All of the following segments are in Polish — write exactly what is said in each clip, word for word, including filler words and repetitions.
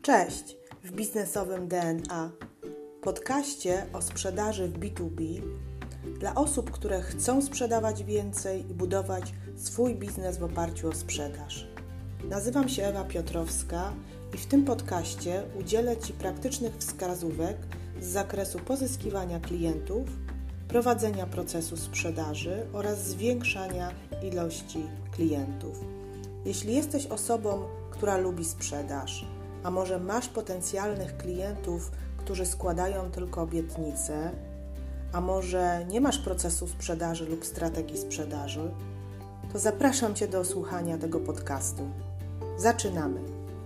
Cześć w biznesowym D N A, podcaście o sprzedaży w B dwa B dla osób, które chcą sprzedawać więcej i budować swój biznes w oparciu o sprzedaż. Nazywam się Ewa Piotrowska i w tym podcaście udzielę Ci praktycznych wskazówek z zakresu pozyskiwania klientów, prowadzenia procesu sprzedaży oraz zwiększania ilości klientów. Jeśli jesteś osobą, która lubi sprzedaż, a może masz potencjalnych klientów, którzy składają tylko obietnice, a może nie masz procesu sprzedaży lub strategii sprzedaży, to zapraszam Cię do słuchania tego podcastu. Zaczynamy!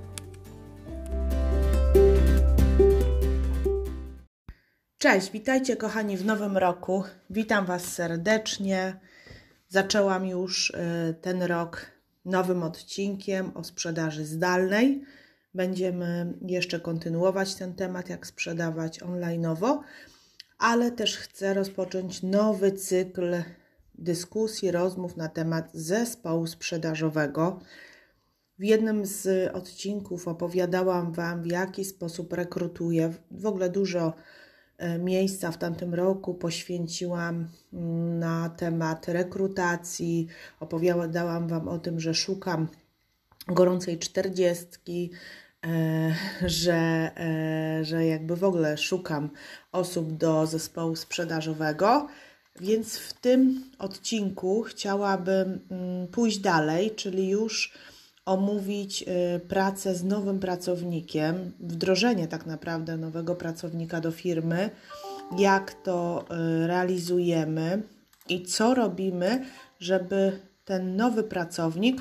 Cześć, witajcie kochani w nowym roku. Witam Was serdecznie. Zaczęłam już ten rok nowym odcinkiem o sprzedaży zdalnej. Będziemy jeszcze kontynuować ten temat, jak sprzedawać online'owo, ale też chcę rozpocząć nowy cykl dyskusji, rozmów na temat zespołu sprzedażowego. W jednym z odcinków opowiadałam Wam, w jaki sposób rekrutuję. W ogóle dużo miejsca w tamtym roku poświęciłam na temat rekrutacji. Opowiadałam Wam o tym, że szukam gorącej czterdziestki, że, że jakby w ogóle szukam osób do zespołu sprzedażowego, więc w tym odcinku chciałabym pójść dalej, czyli już omówić pracę z nowym pracownikiem, wdrożenie tak naprawdę nowego pracownika do firmy, jak to realizujemy i co robimy, żeby ten nowy pracownik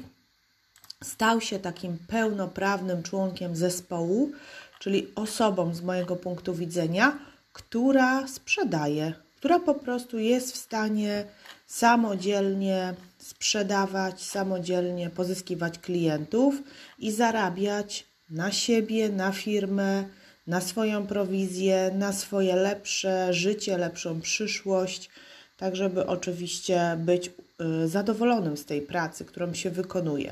stał się takim pełnoprawnym członkiem zespołu, czyli osobą z mojego punktu widzenia, która sprzedaje, która po prostu jest w stanie samodzielnie sprzedawać, samodzielnie pozyskiwać klientów i zarabiać na siebie, na firmę, na swoją prowizję, na swoje lepsze życie, lepszą przyszłość, tak żeby oczywiście być zadowolonym z tej pracy, którą się wykonuje.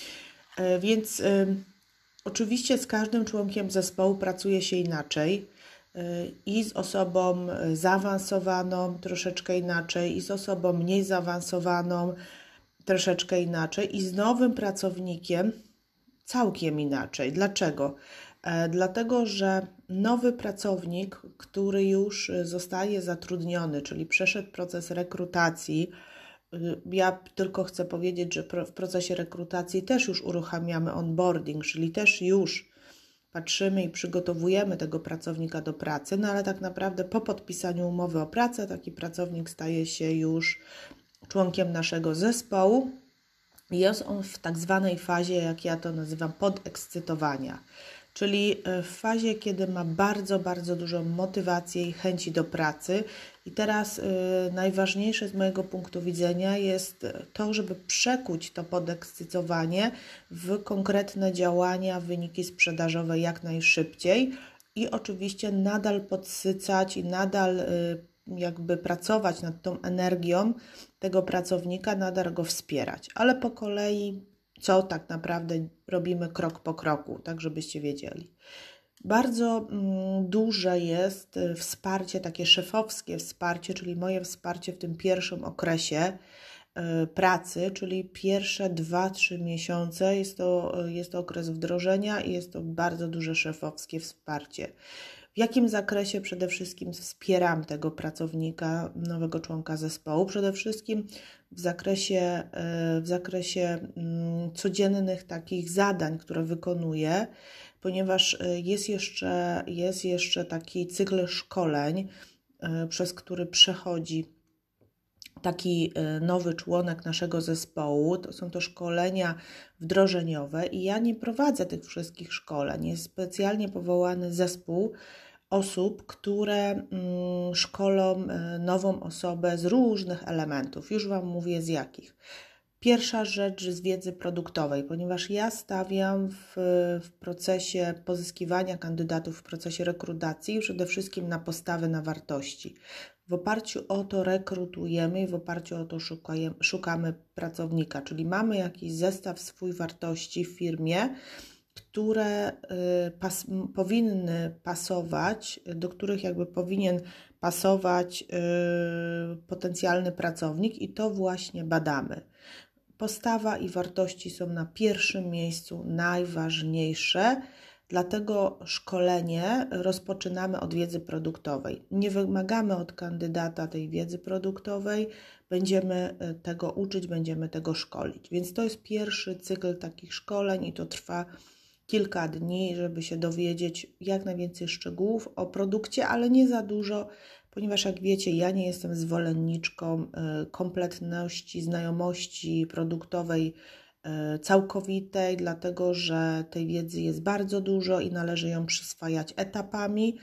Więc y, oczywiście z każdym członkiem zespołu pracuje się inaczej y, i z osobą zaawansowaną troszeczkę inaczej, i z osobą mniej zaawansowaną troszeczkę inaczej, i z nowym pracownikiem całkiem inaczej. Dlaczego? E, dlatego, że nowy pracownik, który już zostaje zatrudniony, czyli przeszedł proces rekrutacji. Ja tylko chcę powiedzieć, że w procesie rekrutacji też już uruchamiamy onboarding, czyli też już patrzymy i przygotowujemy tego pracownika do pracy, no ale tak naprawdę po podpisaniu umowy o pracę taki pracownik staje się już członkiem naszego zespołu. Jest on w tak zwanej fazie, jak ja to nazywam, podekscytowania, czyli w fazie, kiedy ma bardzo, bardzo dużą motywację i chęci do pracy. I teraz y, najważniejsze z mojego punktu widzenia jest to, żeby przekuć to podekscytowanie w konkretne działania, wyniki sprzedażowe jak najszybciej i oczywiście nadal podsycać i nadal y, jakby pracować nad tą energią tego pracownika, nadal go wspierać, ale po kolei co tak naprawdę robimy krok po kroku, tak żebyście wiedzieli. Bardzo mm, duże jest wsparcie, takie szefowskie wsparcie, czyli moje wsparcie w tym pierwszym okresie y, pracy, czyli pierwsze dwa trzy miesiące. Jest to, jest to okres wdrożenia i jest to bardzo duże szefowskie wsparcie. W jakim zakresie przede wszystkim wspieram tego pracownika, nowego członka zespołu? Przede wszystkim w zakresie, w zakresie codziennych takich zadań, które wykonuję, ponieważ jest jeszcze, jest jeszcze taki cykl szkoleń, przez który przechodzi taki nowy członek naszego zespołu. To są to szkolenia wdrożeniowe i ja nie prowadzę tych wszystkich szkoleń. Jest specjalnie powołany zespół osób, które szkolą nową osobę z różnych elementów. Już Wam mówię z jakich. Pierwsza rzecz z wiedzy produktowej, ponieważ ja stawiam w, w procesie pozyskiwania kandydatów, w procesie rekrutacji przede wszystkim na postawy, na wartości. W oparciu o to rekrutujemy i w oparciu o to szukajemy, szukamy pracownika, czyli mamy jakiś zestaw swój wartości w firmie które pas, powinny pasować, do których jakby powinien pasować potencjalny pracownik i to właśnie badamy. Postawa i wartości są na pierwszym miejscu, najważniejsze, dlatego szkolenie rozpoczynamy od wiedzy produktowej. Nie wymagamy od kandydata tej wiedzy produktowej, będziemy tego uczyć, będziemy tego szkolić. Więc to jest pierwszy cykl takich szkoleń i to trwa kilka dni, żeby się dowiedzieć jak najwięcej szczegółów o produkcie, ale nie za dużo, ponieważ jak wiecie, ja nie jestem zwolenniczką kompletności, znajomości produktowej całkowitej, dlatego że tej wiedzy jest bardzo dużo i należy ją przyswajać etapami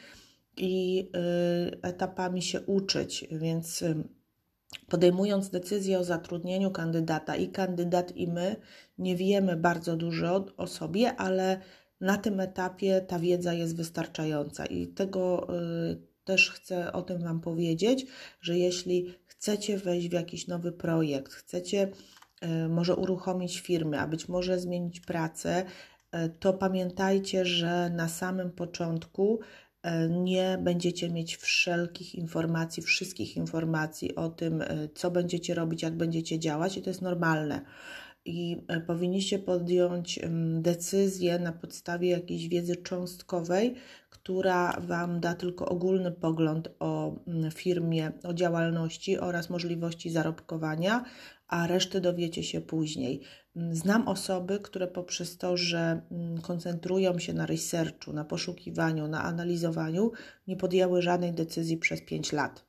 i etapami się uczyć, więc podejmując decyzję o zatrudnieniu kandydata i kandydat i my nie wiemy bardzo dużo o sobie, ale na tym etapie ta wiedza jest wystarczająca i tego też chcę o tym Wam powiedzieć, że jeśli chcecie wejść w jakiś nowy projekt, chcecie może uruchomić firmę, a być może zmienić pracę, to pamiętajcie, że na samym początku nie będziecie mieć wszelkich informacji, wszystkich informacji o tym, co będziecie robić, jak będziecie działać i to jest normalne. I powinniście podjąć decyzję na podstawie jakiejś wiedzy cząstkowej, która Wam da tylko ogólny pogląd o firmie, o działalności oraz możliwości zarobkowania, a reszty dowiecie się później. Znam osoby, które poprzez to, że koncentrują się na researchu, na poszukiwaniu, na analizowaniu, nie podjęły żadnej decyzji przez pięć lat.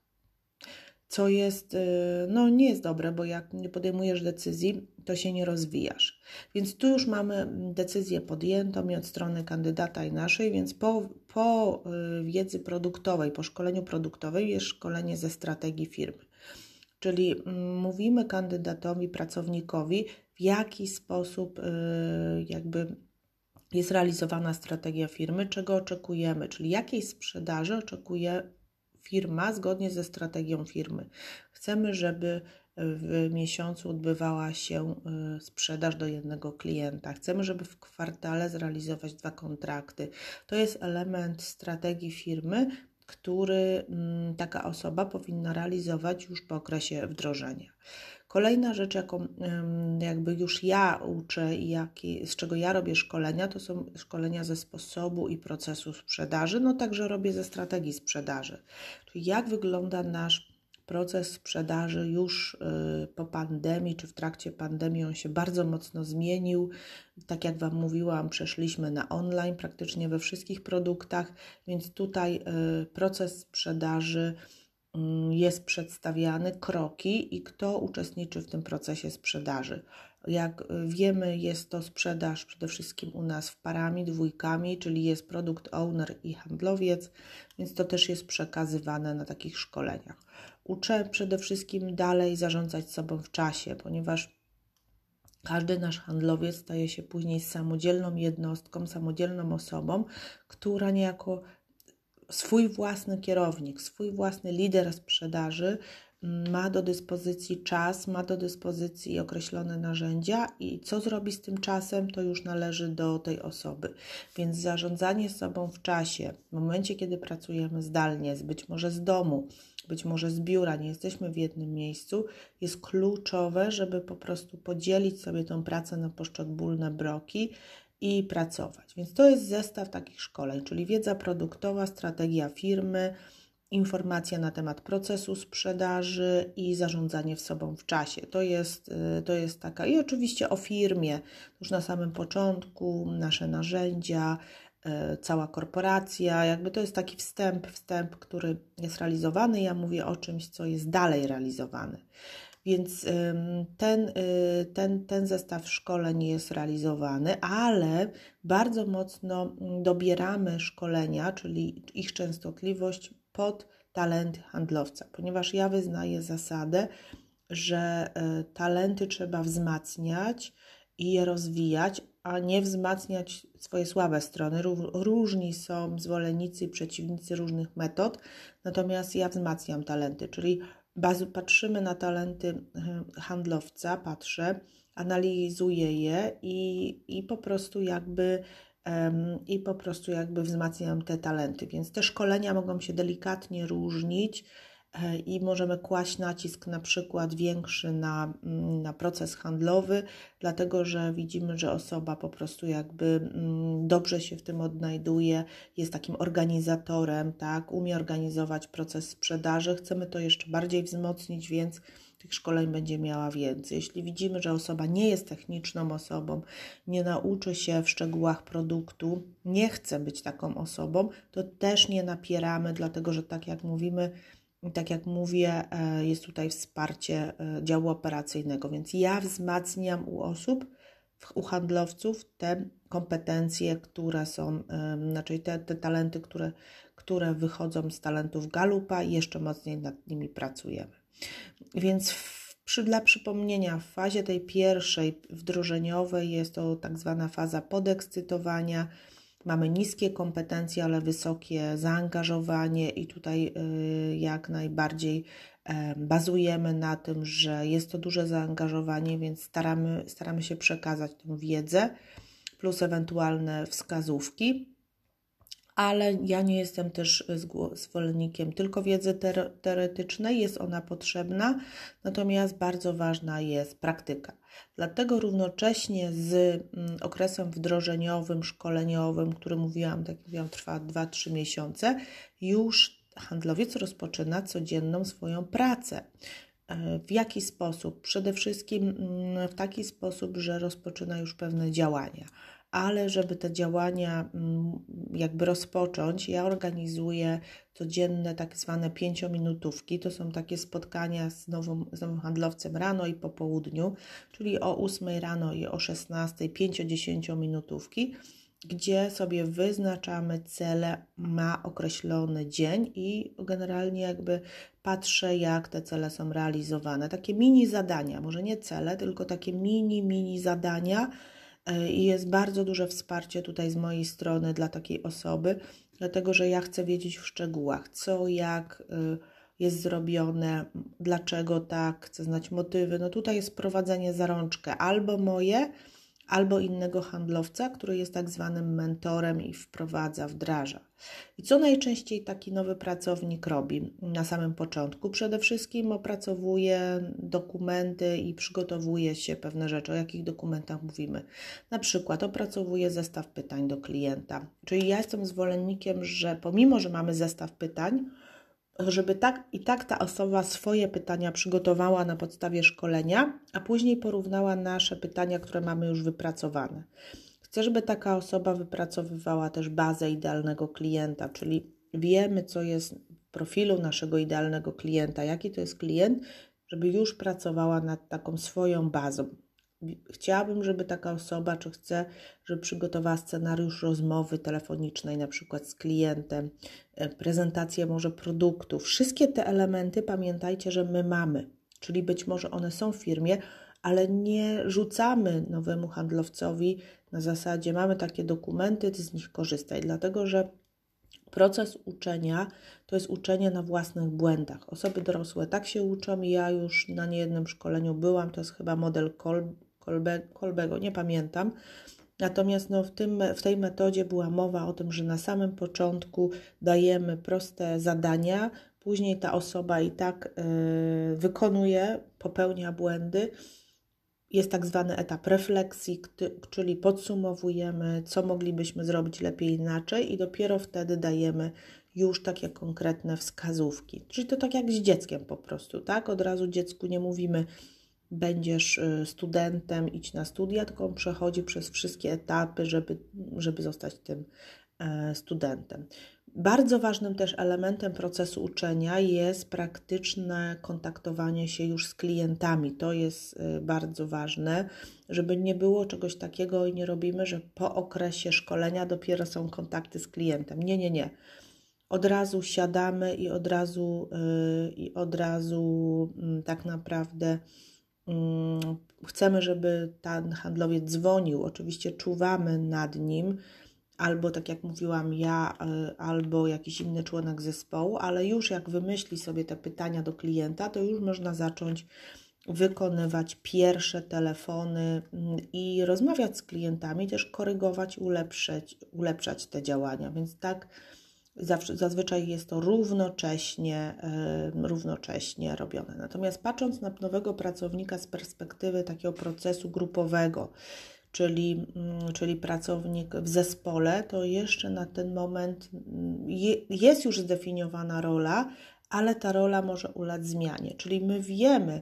Co jest, no nie jest dobre, bo jak nie podejmujesz decyzji, to się nie rozwijasz. Więc tu już mamy decyzję podjętą i od strony kandydata i naszej, więc po, po wiedzy produktowej, po szkoleniu produktowym jest szkolenie ze strategii firmy. Czyli mówimy kandydatowi, pracownikowi, w jaki sposób jakby jest realizowana strategia firmy, czego oczekujemy, czyli jakiej sprzedaży oczekuje firma zgodnie ze strategią firmy. Chcemy, żeby w miesiącu odbywała się sprzedaż do jednego klienta. Chcemy, żeby w kwartale zrealizować dwa kontrakty. To jest element strategii firmy, który taka osoba powinna realizować już po okresie wdrożenia. Kolejna rzecz, jaką jakby już ja uczę i jaki, z czego ja robię szkolenia, to są szkolenia ze sposobu i procesu sprzedaży, no także robię ze strategii sprzedaży. Czyli jak wygląda nasz proces sprzedaży już po pandemii, czy w trakcie pandemii on się bardzo mocno zmienił. Tak jak Wam mówiłam, przeszliśmy na online praktycznie we wszystkich produktach, więc tutaj proces sprzedaży jest przedstawiany, kroki i kto uczestniczy w tym procesie sprzedaży. Jak wiemy, jest to sprzedaż przede wszystkim u nas w parami, dwójkami, czyli jest product owner i handlowiec, więc to też jest przekazywane na takich szkoleniach. Uczę przede wszystkim dalej zarządzać sobą w czasie, ponieważ każdy nasz handlowiec staje się później samodzielną jednostką, samodzielną osobą, która niejako swój własny kierownik, swój własny lider sprzedaży ma do dyspozycji czas, ma do dyspozycji określone narzędzia i co zrobi z tym czasem, to już należy do tej osoby. Więc zarządzanie sobą w czasie, w momencie, kiedy pracujemy zdalnie, być może z domu, być może z biura, nie jesteśmy w jednym miejscu, jest kluczowe, żeby po prostu podzielić sobie tą pracę na poszczególne bloki i pracować. Więc to jest zestaw takich szkoleń, czyli wiedza produktowa, strategia firmy, informacja na temat procesu sprzedaży i zarządzanie sobą w czasie. To jest, to jest taka, i oczywiście o firmie, już na samym początku, nasze narzędzia, cała korporacja, jakby to jest taki wstęp, wstęp, który jest realizowany. Ja mówię o czymś, co jest dalej realizowane. Więc ten, ten, ten zestaw szkoleń jest realizowany, ale bardzo mocno dobieramy szkolenia, czyli ich częstotliwość pod talenty handlowca, ponieważ ja wyznaję zasadę, że talenty trzeba wzmacniać i je rozwijać, a nie wzmacniać swoje słabe strony. Różni są zwolennicy i przeciwnicy różnych metod, natomiast ja wzmacniam talenty, czyli Bazu, patrzymy na talenty handlowca, patrzę, analizuję je i, i po prostu jakby i po prostu jakby wzmacniam te talenty. Więc te szkolenia mogą się delikatnie różnić i możemy kłaść nacisk na przykład większy na, na proces handlowy, dlatego że widzimy, że osoba po prostu jakby dobrze się w tym odnajduje, jest takim organizatorem, tak, umie organizować proces sprzedaży. Chcemy to jeszcze bardziej wzmocnić, więc tych szkoleń będzie miała więcej. Jeśli widzimy, że osoba nie jest techniczną osobą, nie nauczy się w szczegółach produktu, nie chce być taką osobą, to też nie napieramy, dlatego że tak jak mówimy, tak jak mówię, jest tutaj wsparcie działu operacyjnego, więc ja wzmacniam u osób, u handlowców te kompetencje, które są, znaczy te, te talenty, które, które wychodzą z talentów Galupa i jeszcze mocniej nad nimi pracujemy. Więc w, przy, dla przypomnienia, w fazie tej pierwszej wdrożeniowej jest to tak zwana faza podekscytowania. Mamy niskie kompetencje, ale wysokie zaangażowanie i tutaj y, jak najbardziej y, bazujemy na tym, że jest to duże zaangażowanie, więc staramy, staramy się przekazać tę wiedzę plus ewentualne wskazówki. Ale ja nie jestem też zwolennikiem tylko wiedzy teoretycznej, jest ona potrzebna, natomiast bardzo ważna jest praktyka. Dlatego równocześnie z okresem wdrożeniowym, szkoleniowym, który mówiłam, tak jak mówiłam, trwa dwa trzy miesiące, już handlowiec rozpoczyna codzienną swoją pracę. W jaki sposób? Przede wszystkim w taki sposób, że rozpoczyna już pewne działania. Ale żeby te działania jakby rozpocząć, ja organizuję codzienne tak zwane pięciominutówki. To są takie spotkania z, nową, z nowym handlowcem rano i po południu, czyli o ósmej rano i o szesnastej, pięcio-dziesięciominutówki, gdzie sobie wyznaczamy cele na określony dzień i generalnie jakby patrzę, jak te cele są realizowane. Takie mini zadania, może nie cele, tylko takie mini, mini zadania, i jest bardzo duże wsparcie tutaj z mojej strony dla takiej osoby, dlatego że ja chcę wiedzieć w szczegółach, co, jak jest zrobione, dlaczego tak, chcę znać motywy. No tutaj jest prowadzenie za rączkę albo moje, albo innego handlowca, który jest tak zwanym mentorem i wprowadza, wdraża. I co najczęściej taki nowy pracownik robi na samym początku? Przede wszystkim opracowuje dokumenty i przygotowuje się pewne rzeczy. O jakich dokumentach mówimy? Na przykład opracowuje zestaw pytań do klienta. Czyli ja jestem zwolennikiem, że pomimo, że mamy zestaw pytań, żeby tak i tak ta osoba swoje pytania przygotowała na podstawie szkolenia, a później porównała nasze pytania, które mamy już wypracowane. Chcę, żeby taka osoba wypracowywała też bazę idealnego klienta, czyli wiemy, co jest w profilu naszego idealnego klienta, jaki to jest klient, żeby już pracowała nad taką swoją bazą. Chciałabym, żeby taka osoba, czy chcę, żeby przygotowała scenariusz rozmowy telefonicznej, na przykład z klientem, prezentację może produktów. Wszystkie te elementy pamiętajcie, że my mamy, czyli być może one są w firmie, ale nie rzucamy nowemu handlowcowi na zasadzie mamy takie dokumenty, ty z nich korzystaj, dlatego że proces uczenia to jest uczenie na własnych błędach. Osoby dorosłe tak się uczą i ja już na niejednym szkoleniu byłam, to jest chyba model Kolbe, Kolbego, nie pamiętam. Natomiast no, w, tym, w tej metodzie była mowa o tym, że na samym początku dajemy proste zadania, później ta osoba i tak yy, wykonuje, popełnia błędy. Jest tak zwany etap refleksji, czyli podsumowujemy, co moglibyśmy zrobić lepiej inaczej i dopiero wtedy dajemy już takie konkretne wskazówki. Czyli to tak jak z dzieckiem po prostu, tak? Od razu dziecku nie mówimy, będziesz studentem, idź na studia, tylko on przechodzi przez wszystkie etapy, żeby, żeby zostać tym studentem. Bardzo ważnym też elementem procesu uczenia jest praktyczne kontaktowanie się już z klientami. To jest bardzo ważne, żeby nie było czegoś takiego i nie robimy, że po okresie szkolenia dopiero są kontakty z klientem. Nie, nie, nie. Od razu siadamy i od razu, yy, i od razu yy, tak naprawdę yy, chcemy, żeby ten handlowiec dzwonił. Oczywiście czuwamy nad nim, albo tak jak mówiłam ja, albo jakiś inny członek zespołu, ale już jak wymyśli sobie te pytania do klienta, to już można zacząć wykonywać pierwsze telefony i rozmawiać z klientami, też korygować, ulepszać, ulepszać te działania. Więc tak zawsze, zazwyczaj jest to równocześnie, yy, równocześnie robione. Natomiast patrząc na nowego pracownika z perspektywy takiego procesu grupowego, czyli, czyli pracownik w zespole, to jeszcze na ten moment je, jest już zdefiniowana rola, ale ta rola może ulec zmianie. Czyli my wiemy,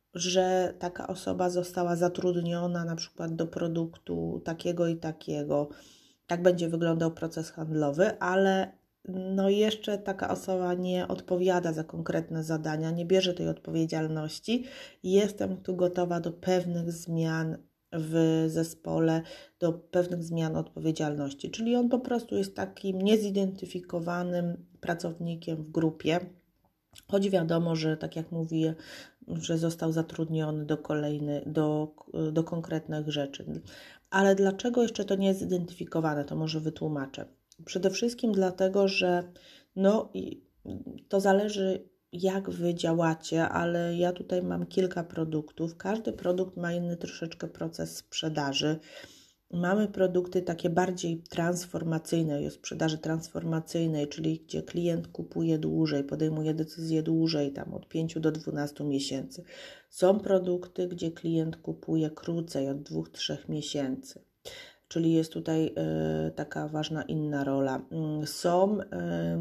że taka osoba została zatrudniona na przykład do produktu takiego i takiego. Tak będzie wyglądał proces handlowy, ale no jeszcze taka osoba nie odpowiada za konkretne zadania, nie bierze tej odpowiedzialności i jestem tu gotowa do pewnych zmian w zespole, do pewnych zmian odpowiedzialności. Czyli on po prostu jest takim niezidentyfikowanym pracownikiem w grupie, choć wiadomo, że tak jak mówię, że został zatrudniony do kolejny, do, do konkretnych rzeczy. Ale dlaczego jeszcze to nie jest zidentyfikowane? To może wytłumaczę. Przede wszystkim dlatego, że no, to zależy, jak Wy działacie, ale ja tutaj mam kilka produktów. Każdy produkt ma inny troszeczkę proces sprzedaży. Mamy produkty takie bardziej transformacyjne, o sprzedaży transformacyjnej, czyli gdzie klient kupuje dłużej, podejmuje decyzję dłużej, tam od pięciu do dwunastu miesięcy. Są produkty, gdzie klient kupuje krócej, od dwóch do trzech miesięcy. Czyli jest tutaj y, taka ważna inna rola. Są, y,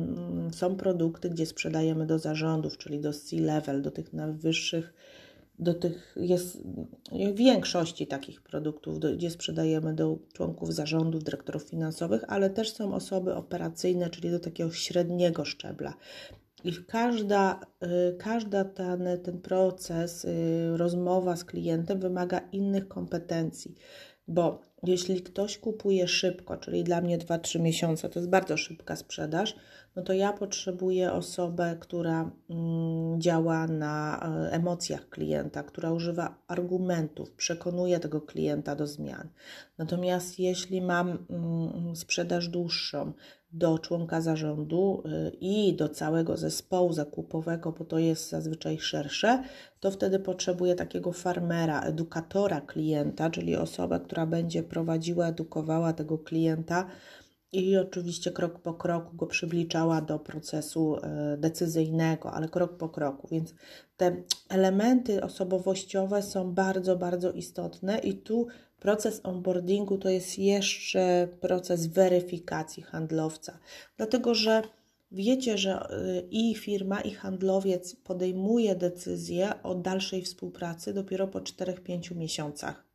są produkty, gdzie sprzedajemy do zarządów, czyli do C-level, do tych najwyższych, do tych jest w większości takich produktów, do, gdzie sprzedajemy do członków zarządów, dyrektorów finansowych, ale też są osoby operacyjne, czyli do takiego średniego szczebla. I każda, y, każda ten, ten proces, y, rozmowa z klientem wymaga innych kompetencji, bo jeśli ktoś kupuje szybko, czyli dla mnie dwa do trzech miesiące, to jest bardzo szybka sprzedaż, no to ja potrzebuję osobę, która mm, działa na e, emocjach klienta, która używa argumentów, przekonuje tego klienta do zmian. Natomiast jeśli mam mm, sprzedaż dłuższą do członka zarządu y, i do całego zespołu zakupowego, bo to jest zazwyczaj szersze, to wtedy potrzebuję takiego farmera, edukatora klienta, czyli osobę, która będzie prowadziła, edukowała tego klienta i oczywiście krok po kroku go przybliżała do procesu decyzyjnego, ale krok po kroku. Więc te elementy osobowościowe są bardzo, bardzo istotne i tu proces onboardingu to jest jeszcze proces weryfikacji handlowca, dlatego że wiecie, że i firma, i handlowiec podejmuje decyzję o dalszej współpracy dopiero po czterech do pięciu miesiącach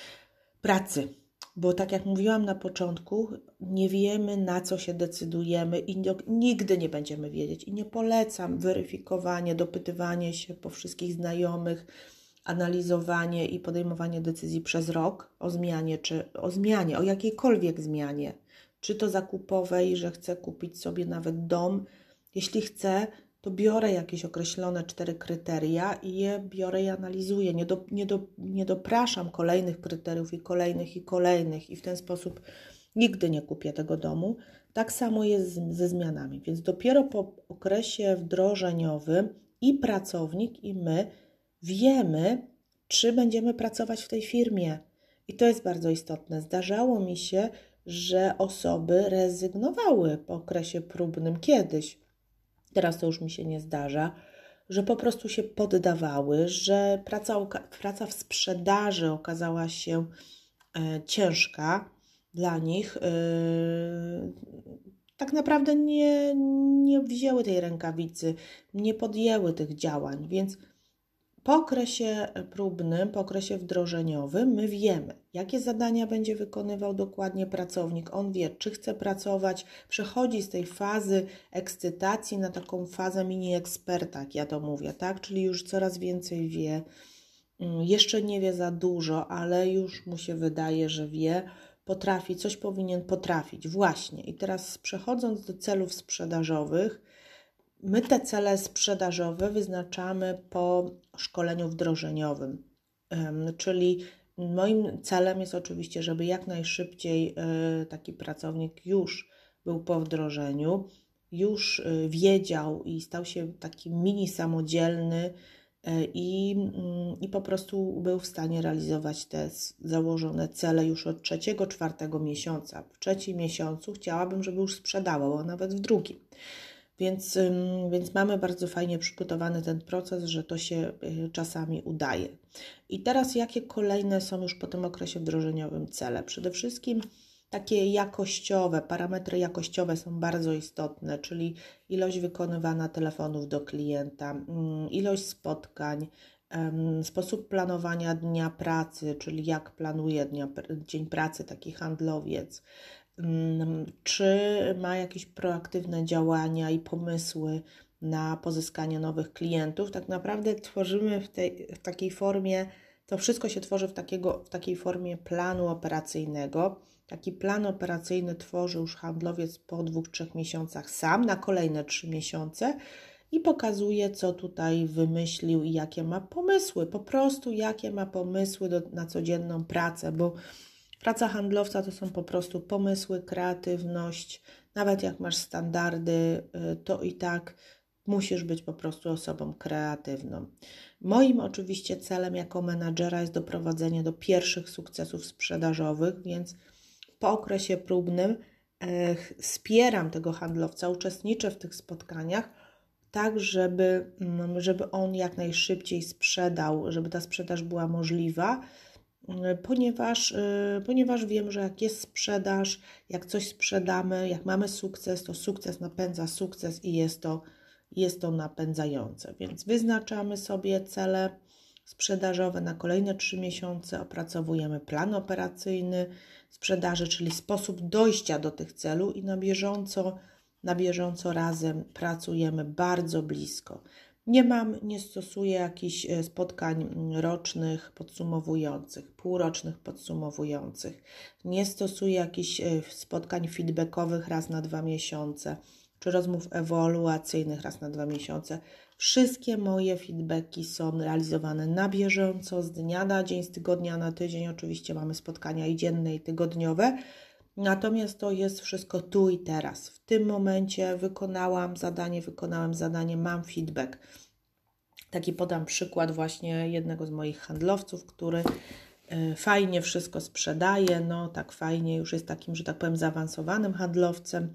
pracy. Bo tak jak mówiłam na początku, nie wiemy, na co się decydujemy i nigdy nie będziemy wiedzieć. I nie polecam weryfikowanie, dopytywanie się po wszystkich znajomych, analizowanie i podejmowanie decyzji przez rok o zmianie, czy o zmianie, o jakiejkolwiek zmianie. Czy to zakupowej, że chcę kupić sobie nawet dom. Jeśli chcę, to biorę jakieś określone cztery kryteria i je biorę i analizuję. Nie, do, nie, do, nie dopraszam kolejnych kryteriów i kolejnych i kolejnych i w ten sposób nigdy nie kupię tego domu. Tak samo jest z, ze zmianami. Więc dopiero po okresie wdrożeniowym i pracownik, i my wiemy, czy będziemy pracować w tej firmie. I to jest bardzo istotne. Zdarzało mi się, że osoby rezygnowały po okresie próbnym kiedyś. Teraz to już mi się nie zdarza, że po prostu się poddawały, że praca, praca w sprzedaży okazała się e, ciężka dla nich. E, tak naprawdę nie, nie wzięły tej rękawicy, nie podjęły tych działań, więc po okresie próbnym, po okresie wdrożeniowym my wiemy, jakie zadania będzie wykonywał dokładnie pracownik. On wie, czy chce pracować, przechodzi z tej fazy ekscytacji na taką fazę mini eksperta, jak ja to mówię, tak? Czyli już coraz więcej wie, jeszcze nie wie za dużo, ale już mu się wydaje, że wie, potrafi, coś powinien potrafić. Właśnie. I teraz przechodząc do celów sprzedażowych, my te cele sprzedażowe wyznaczamy po szkoleniu wdrożeniowym, czyli moim celem jest oczywiście, żeby jak najszybciej taki pracownik już był po wdrożeniu, już wiedział i stał się taki mini samodzielny i, i po prostu był w stanie realizować te założone cele już od trzeciego, czwartego miesiąca. W trzecim miesiącu chciałabym, żeby już sprzedawał, a nawet w drugim. Więc, więc mamy bardzo fajnie przygotowany ten proces, że to się czasami udaje. I teraz jakie kolejne są już po tym okresie wdrożeniowym cele? Przede wszystkim takie jakościowe, parametry jakościowe są bardzo istotne, czyli ilość wykonywania telefonów do klienta, ilość spotkań, sposób planowania dnia pracy, czyli jak planuje dnia, dzień pracy taki handlowiec, czy ma jakieś proaktywne działania i pomysły na pozyskanie nowych klientów. Tak naprawdę tworzymy w, tej, w takiej formie, to wszystko się tworzy w, takiego, w takiej formie planu operacyjnego. Taki plan operacyjny tworzy już handlowiec po dwóch, trzech miesiącach sam na kolejne trzy miesiące i pokazuje, co tutaj wymyślił i jakie ma pomysły. Po prostu jakie ma pomysły do, na codzienną pracę, bo praca handlowca to są po prostu pomysły, kreatywność. Nawet jak masz standardy, to i tak musisz być po prostu osobą kreatywną. Moim oczywiście celem jako menadżera jest doprowadzenie do pierwszych sukcesów sprzedażowych, więc po okresie próbnym e, wspieram tego handlowca, uczestniczę w tych spotkaniach, tak żeby, żeby on jak najszybciej sprzedał, żeby ta sprzedaż była możliwa, ponieważ, ponieważ wiem, że jak jest sprzedaż, jak coś sprzedamy, jak mamy sukces, to sukces napędza sukces i jest to, jest to napędzające. Więc wyznaczamy sobie cele sprzedażowe na kolejne trzy miesiące, opracowujemy plan operacyjny sprzedaży, czyli sposób dojścia do tych celów i na bieżąco, na bieżąco razem pracujemy bardzo blisko. Nie mam, nie stosuję jakichś spotkań rocznych podsumowujących, półrocznych podsumowujących. Nie stosuję jakichś spotkań feedbackowych raz na dwa miesiące, czy rozmów ewaluacyjnych raz na dwa miesiące. Wszystkie moje feedbacki są realizowane na bieżąco, z dnia na dzień, z tygodnia na tydzień. Oczywiście mamy spotkania i dzienne, i tygodniowe. Natomiast to jest wszystko tu i teraz. W tym momencie wykonałam zadanie, wykonałem zadanie, mam feedback. Taki podam przykład właśnie jednego z moich handlowców, który fajnie wszystko sprzedaje, no tak fajnie, już jest takim, że tak powiem, zaawansowanym handlowcem,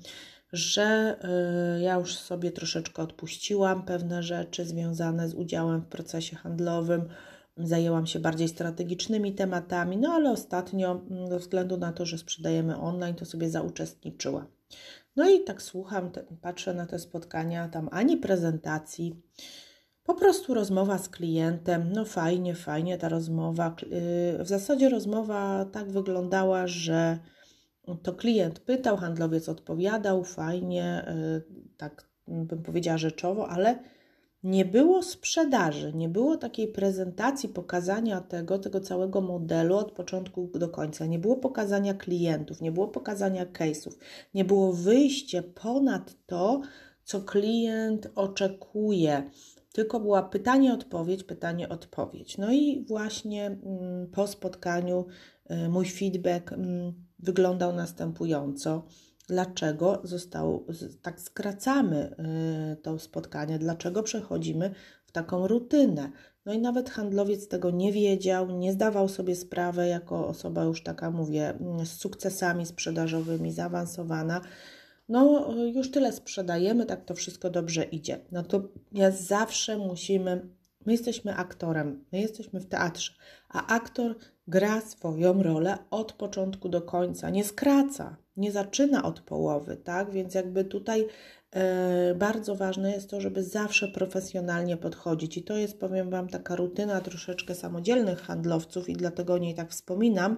że ja już sobie troszeczkę odpuściłam pewne rzeczy związane z udziałem w procesie handlowym. Zajęłam się bardziej strategicznymi tematami, no ale ostatnio, ze względu na to, że sprzedajemy online, to sobie zauczestniczyłam. No i tak słucham, te, patrzę na te spotkania, tam ani prezentacji, po prostu rozmowa z klientem, no fajnie, fajnie ta rozmowa. W zasadzie rozmowa tak wyglądała, że to klient pytał, handlowiec odpowiadał, fajnie, tak bym powiedziała rzeczowo, ale nie było sprzedaży, nie było takiej prezentacji, pokazania tego, tego całego modelu od początku do końca. Nie było pokazania klientów, nie było pokazania case'ów, nie było wyjścia ponad to, co klient oczekuje. Tylko była pytanie-odpowiedź, pytanie-odpowiedź. No i właśnie po spotkaniu mój feedback wyglądał następująco. Dlaczego zostało, tak skracamy to spotkanie, dlaczego przechodzimy w taką rutynę. No i nawet handlowiec tego nie wiedział, nie zdawał sobie sprawy jako osoba już taka, mówię, z sukcesami sprzedażowymi, zaawansowana. No już tyle sprzedajemy, tak to wszystko dobrze idzie. Natomiast zawsze musimy, my jesteśmy aktorem, my jesteśmy w teatrze, a aktor gra swoją rolę od początku do końca, nie skraca, nie zaczyna od połowy, tak? Więc jakby tutaj e, bardzo ważne jest to, żeby zawsze profesjonalnie podchodzić i to jest, powiem Wam, taka rutyna troszeczkę samodzielnych handlowców i dlatego o niej tak wspominam.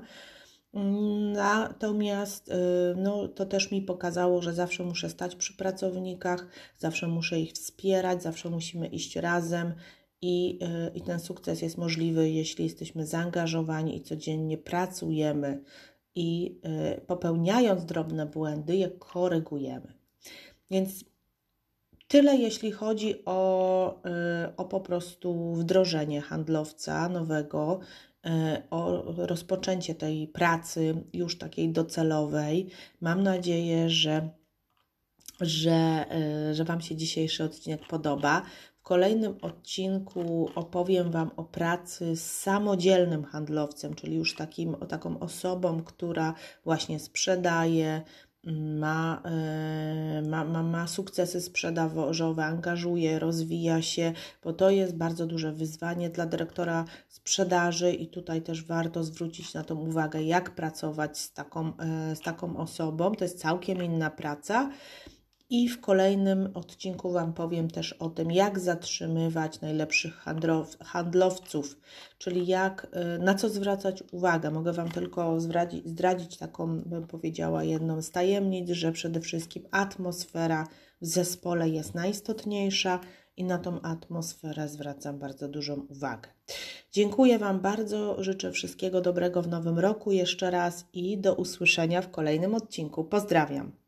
Natomiast no, to też mi pokazało, że zawsze muszę stać przy pracownikach, zawsze muszę ich wspierać, zawsze musimy iść razem i, i ten sukces jest możliwy, jeśli jesteśmy zaangażowani i codziennie pracujemy i popełniając drobne błędy je korygujemy. Więc tyle jeśli chodzi o, o po prostu wdrożenie handlowca nowego, o rozpoczęcie tej pracy już takiej docelowej. Mam nadzieję, że, że, że Wam się dzisiejszy odcinek podoba. W kolejnym odcinku opowiem Wam o pracy z samodzielnym handlowcem, czyli już takim, o taką osobą, która właśnie sprzedaje, ma, ma, ma, ma sukcesy sprzedażowe, angażuje, rozwija się, bo to jest bardzo duże wyzwanie dla dyrektora sprzedaży i tutaj też warto zwrócić na to uwagę, jak pracować z taką, z taką osobą. To jest całkiem inna praca. I w kolejnym odcinku Wam powiem też o tym, jak zatrzymywać najlepszych handlowców, czyli jak, na co zwracać uwagę. Mogę Wam tylko zdradzić, zdradzić taką, bym powiedziała, jedną z tajemnic, że przede wszystkim atmosfera w zespole jest najistotniejsza i na tą atmosferę zwracam bardzo dużą uwagę. Dziękuję Wam bardzo, życzę wszystkiego dobrego w nowym roku jeszcze raz i do usłyszenia w kolejnym odcinku. Pozdrawiam.